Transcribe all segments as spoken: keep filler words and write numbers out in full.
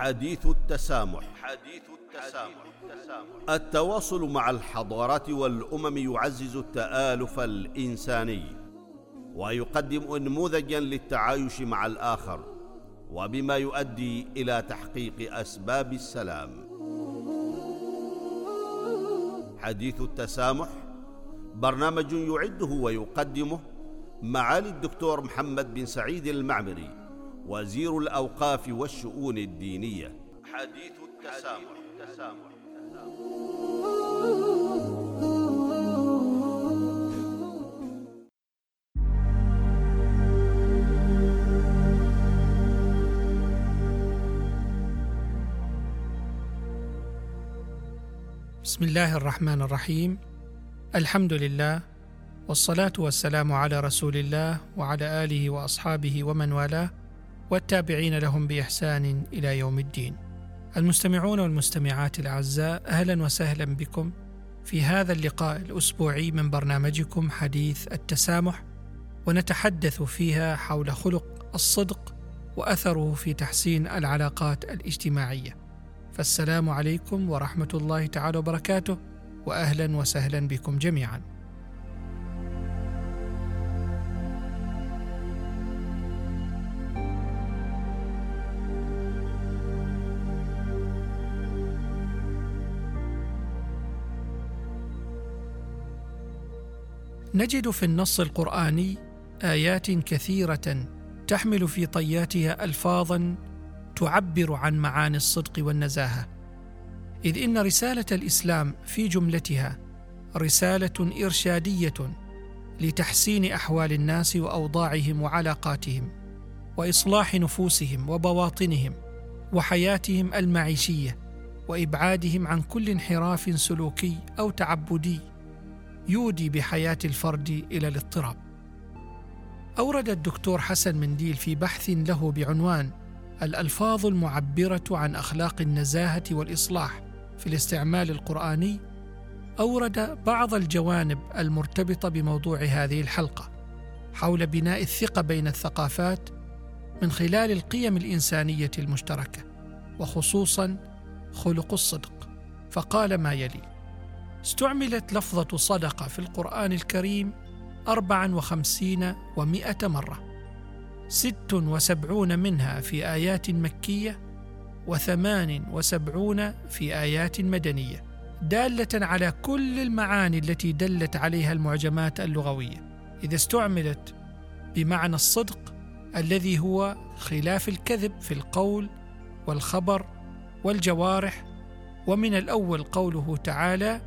حديث التسامح. حديث التسامح. التواصل مع الحضارات والأمم يعزز التآلف الإنساني ويقدم نموذجا للتعايش مع الآخر، وبما يؤدي إلى تحقيق أسباب السلام. حديث التسامح برنامج يعده ويقدمه معالي الدكتور محمد بن سعيد المعمري، وزير الأوقاف والشؤون الدينية. حديث التسامح. بسم الله الرحمن الرحيم. الحمد لله، والصلاة والسلام على رسول الله وعلى آله وأصحابه ومن والاه والتابعين لهم بإحسان إلى يوم الدين. المستمعون والمستمعات الأعزاء، أهلا وسهلا بكم في هذا اللقاء الأسبوعي من برنامجكم حديث التسامح، ونتحدث فيها حول خلق الصدق وأثره في تحسين العلاقات الاجتماعية. فالسلام عليكم ورحمة الله تعالى وبركاته، وأهلا وسهلا بكم جميعا. نجد في النص القرآني آيات كثيرة تحمل في طياتها ألفاظا تعبر عن معاني الصدق والنزاهة، إذ إن رسالة الإسلام في جملتها رسالة إرشادية لتحسين أحوال الناس وأوضاعهم وعلاقاتهم، وإصلاح نفوسهم وبواطنهم وحياتهم المعيشية، وإبعادهم عن كل انحراف سلوكي أو تعبدي يودي بحياة الفرد إلى الاضطراب. أورد الدكتور حسن منديل في بحث له بعنوان الألفاظ المعبرة عن أخلاق النزاهة والإصلاح في الاستعمال القرآني، أورد بعض الجوانب المرتبطة بموضوع هذه الحلقة حول بناء الثقة بين الثقافات من خلال القيم الإنسانية المشتركة، وخصوصاً خلق الصدق. فقال ما يلي: استعملت لفظة صدقة في القرآن الكريم أربعا وخمسين ومائة مرة، ست وسبعون منها في آيات مكية وثمان وسبعون في آيات مدنية، دالة على كل المعاني التي دلت عليها المعجمات اللغوية، إذا استعملت بمعنى الصدق الذي هو خلاف الكذب في القول والخبر والجوارح. ومن الأول قوله تعالى: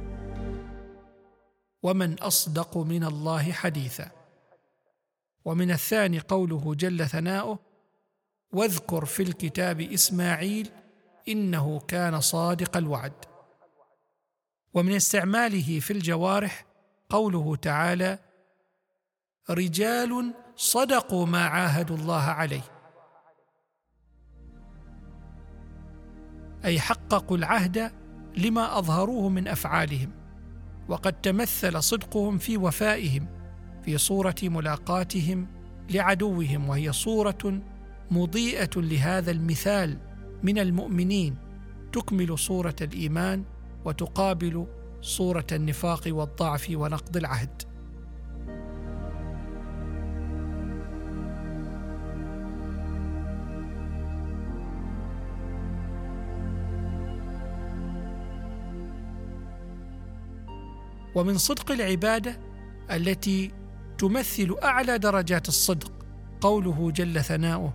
ومن أصدق من الله حديثا. ومن الثاني قوله جل ثناؤه: واذكر في الكتاب إسماعيل إنه كان صادق الوعد. ومن استعماله في الجوارح قوله تعالى: رجال صدقوا ما عاهدوا الله عليه، أي حققوا العهد لما أظهروه من أفعالهم، وقد تمثل صدقهم في وفائهم في صورة ملاقاتهم لعدوهم، وهي صورة مضيئة لهذا المثال من المؤمنين، تكمل صورة الإيمان وتقابل صورة النفاق والضعف ونقض العهد. ومن صدق العبادة التي تمثل أعلى درجات الصدق قوله جل ثناؤه: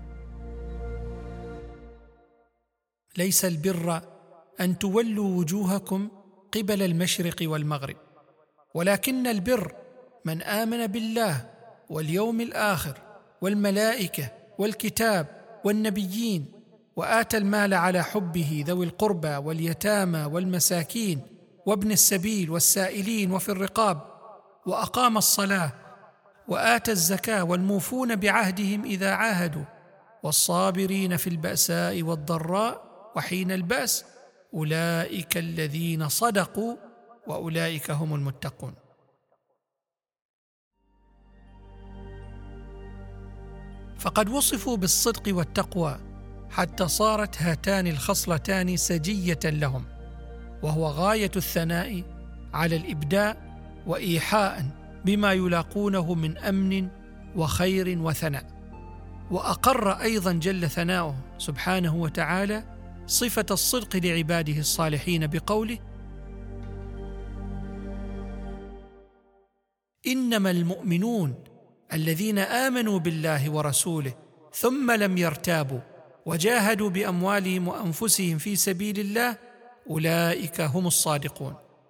ليس البر أن تولوا وجوهكم قبل المشرق والمغرب، ولكن البر من آمن بالله واليوم الآخر والملائكة والكتاب والنبيين، وآتى المال على حبه ذوي القربى واليتامى والمساكين وابن السبيل والسائلين وفي الرقاب، وأقام الصلاة وآتى الزكاة والموفون بعهدهم إذا عاهدوا، والصابرين في البأساء والضراء وحين البأس، أولئك الذين صدقوا وأولئك هم المتقون. فقد وصفوا بالصدق والتقوى حتى صارت هاتان الخصلتان سجية لهم، وهو غاية الثناء على الإبداء وإيحاء بما يلاقونه من أمن وخير وثناء. وأقر أيضا جل ثناؤه سبحانه وتعالى صفة الصدق لعباده الصالحين بقوله: إنما المؤمنون الذين آمنوا بالله ورسوله ثم لم يرتابوا وجاهدوا بأموالهم وأنفسهم في سبيل الله أولئك هم الصادقون.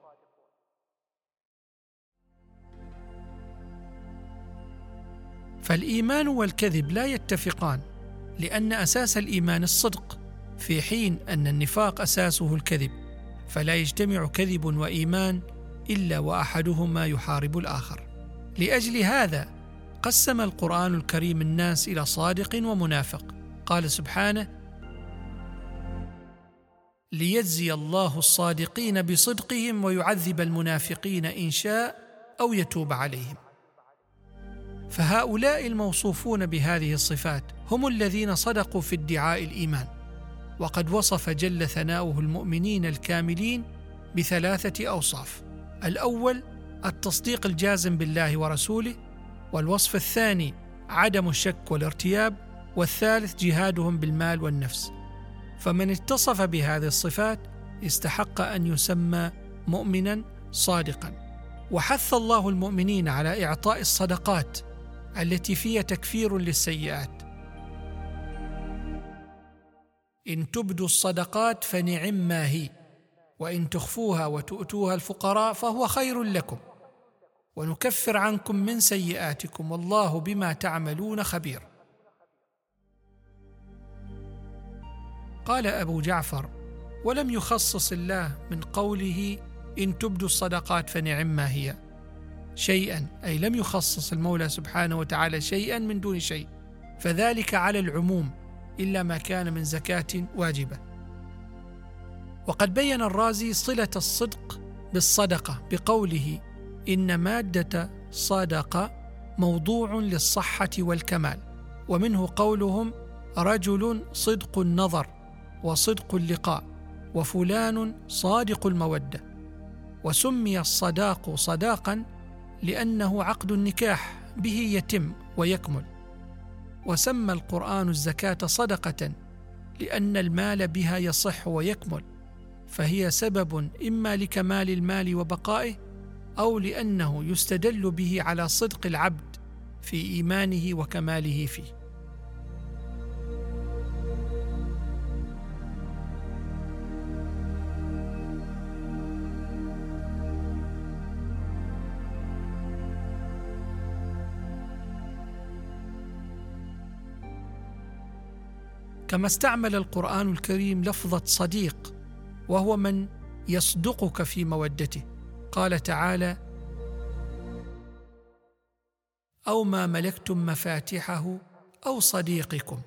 فالإيمان والكذب لا يتفقان، لأن أساس الإيمان الصدق، في حين أن النفاق أساسه الكذب، فلا يجتمع كذب وإيمان إلا وأحدهما يحارب الآخر. لأجل هذا قسم القرآن الكريم الناس إلى صادق ومنافق. قال سبحانه: ليجزي الله الصادقين بصدقهم ويعذب المنافقين إن شاء أو يتوب عليهم. فهؤلاء الموصوفون بهذه الصفات هم الذين صدقوا في ادعاء الإيمان. وقد وصف جل ثناؤه المؤمنين الكاملين بثلاثة أوصاف: الأول التصديق الجازم بالله ورسوله، والوصف الثاني عدم الشك والارتياب، والثالث جهادهم بالمال والنفس. فمن اتصف بهذه الصفات استحق أن يسمى مؤمنا صادقا. وحث الله المؤمنين على إعطاء الصدقات التي فيها تكفير للسيئات. إن تبدوا الصدقات فنعم ما هي، وإن تخفوها وتؤتوها الفقراء فهو خير لكم، ونكفر عنكم من سيئاتكم والله بما تعملون خبير. قال أبو جعفر: ولم يخصص الله من قوله إن تبدوا الصدقات فنعم ما هي شيئا، أي لم يخصص المولى سبحانه وتعالى شيئا من دون شيء، فذلك على العموم إلا ما كان من زكاة واجبة. وقد بين الرازي صلة الصدق بالصدقة بقوله: إن مادة صدقة موضوع للصحة والكمال، ومنه قولهم: رجل صدق النظر وصدق اللقاء وفلان صادق المودة. وسمي الصداق صداقا لأنه عقد النكاح به يتم ويكمل. وسمى القرآن الزكاة صدقة لأن المال بها يصح ويكمل، فهي سبب إما لكمال المال وبقائه، أو لأنه يستدل به على صدق العبد في إيمانه وكماله فيه. كما استعمل القرآن الكريم لفظة صديق، وهو من يصدقك في مودته. قال تعالى: أو ما ملكتم مفاتحه أو صديقكم.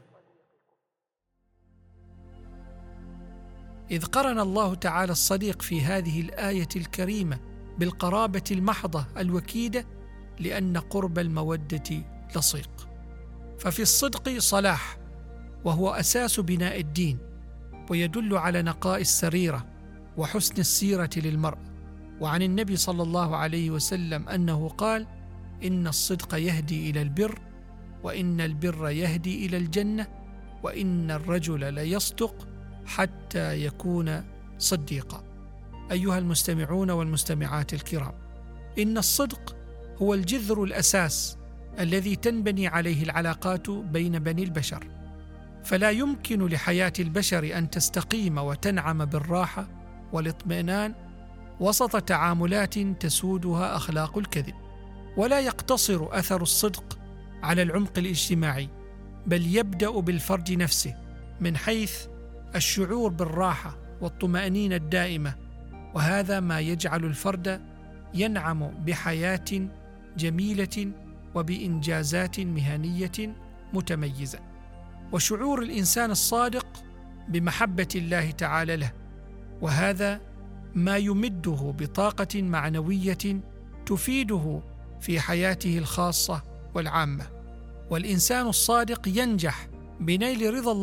إذ قرن الله تعالى الصديق في هذه الآية الكريمة بالقرابة المحضة الوكيدة، لأن قرب المودة لصيق. ففي الصدق صلاح، وهو أساس بناء الدين، ويدل على نقاء السريرة وحسن السيرة للمرء. وعن النبي صلى الله عليه وسلم أنه قال: إن الصدق يهدي إلى البر، وإن البر يهدي إلى الجنة، وإن الرجل ليصدق حتى يكون صديقا. أيها المستمعون والمستمعات الكرام، إن الصدق هو الجذر الأساس الذي تنبني عليه العلاقات بين بني البشر، فلا يمكن لحياة البشر أن تستقيم وتنعم بالراحة والاطمئنان وسط تعاملات تسودها أخلاق الكذب. ولا يقتصر أثر الصدق على العمق الاجتماعي، بل يبدأ بالفرد نفسه، من حيث الشعور بالراحة والطمأنينة الدائمة، وهذا ما يجعل الفرد ينعم بحياة جميلة وبإنجازات مهنية متميزة. وشعور الإنسان الصادق بمحبة الله تعالى له، وهذا ما يمده بطاقة معنوية تفيده في حياته الخاصة والعامة. والإنسان الصادق ينجح بنيل رضا الله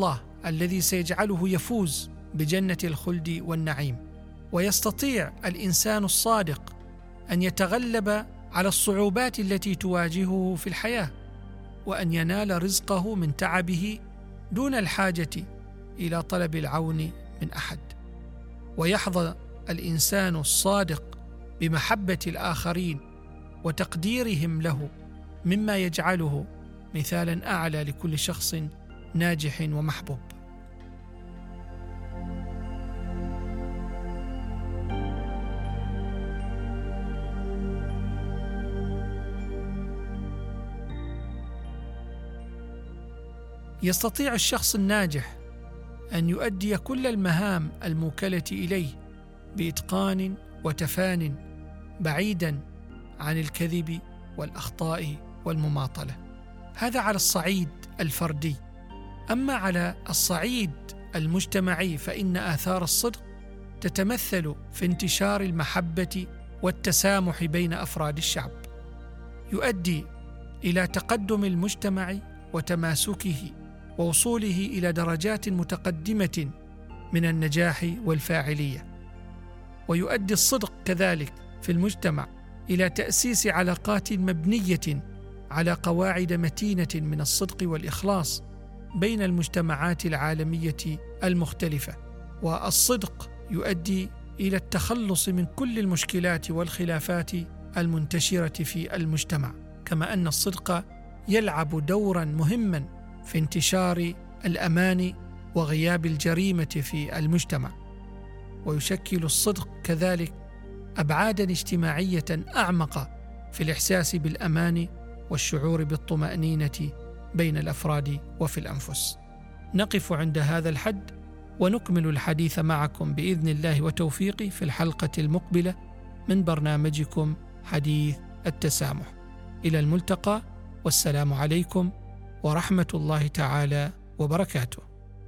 الذي سيجعله يفوز بجنة الخلد والنعيم. ويستطيع الإنسان الصادق أن يتغلب على الصعوبات التي تواجهه في الحياة، وأن ينال رزقه من تعبه دون الحاجة إلى طلب العون من أحد. ويحظى الإنسان الصادق بمحبة الآخرين وتقديرهم له، مما يجعله مثالا أعلى لكل شخص ناجح ومحبوب. يستطيع الشخص الناجح أن يؤدي كل المهام الموكلة إليه بإتقان وتفان، بعيدا عن الكذب والأخطاء والمماطلة. هذا على الصعيد الفردي. أما على الصعيد المجتمعي فإن آثار الصدق تتمثل في انتشار المحبة والتسامح بين أفراد الشعب، يؤدي إلى تقدم المجتمع وتماسكه ووصوله إلى درجات متقدمة من النجاح والفاعلية. ويؤدي الصدق كذلك في المجتمع إلى تأسيس علاقات مبنية على قواعد متينة من الصدق والإخلاص بين المجتمعات العالمية المختلفة. والصدق يؤدي إلى التخلص من كل المشكلات والخلافات المنتشرة في المجتمع، كما أن الصدق يلعب دورا مهما في انتشار الأمان وغياب الجريمة في المجتمع. ويشكل الصدق كذلك أبعادا اجتماعية أعمق في الإحساس بالأمان والشعور بالطمأنينة بين الأفراد وفي الأنفس. نقف عند هذا الحد ونكمل الحديث معكم بإذن الله وتوفيقه في الحلقة المقبلة من برنامجكم حديث التسامح. إلى الملتقى، والسلام عليكم ورحمة الله تعالى وبركاته.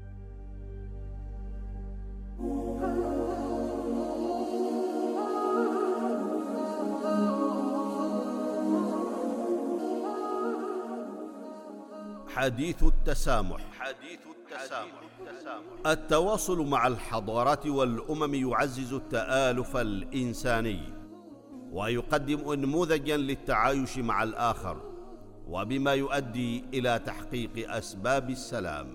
حديث التسامح. حديث التسامح. التواصل مع الحضارات والأمم يعزز التآلف الإنساني، ويقدم نموذجا للتعايش مع الآخر، وبما يؤدي إلى تحقيق أسباب السلام.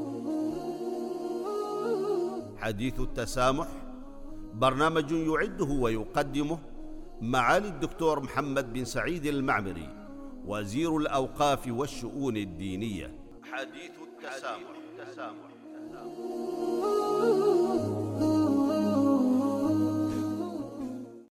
حديث التسامح برنامج يعده ويقدمه معالي الدكتور محمد بن سعيد المعمري، وزير الأوقاف والشؤون الدينية. حديث التسامح.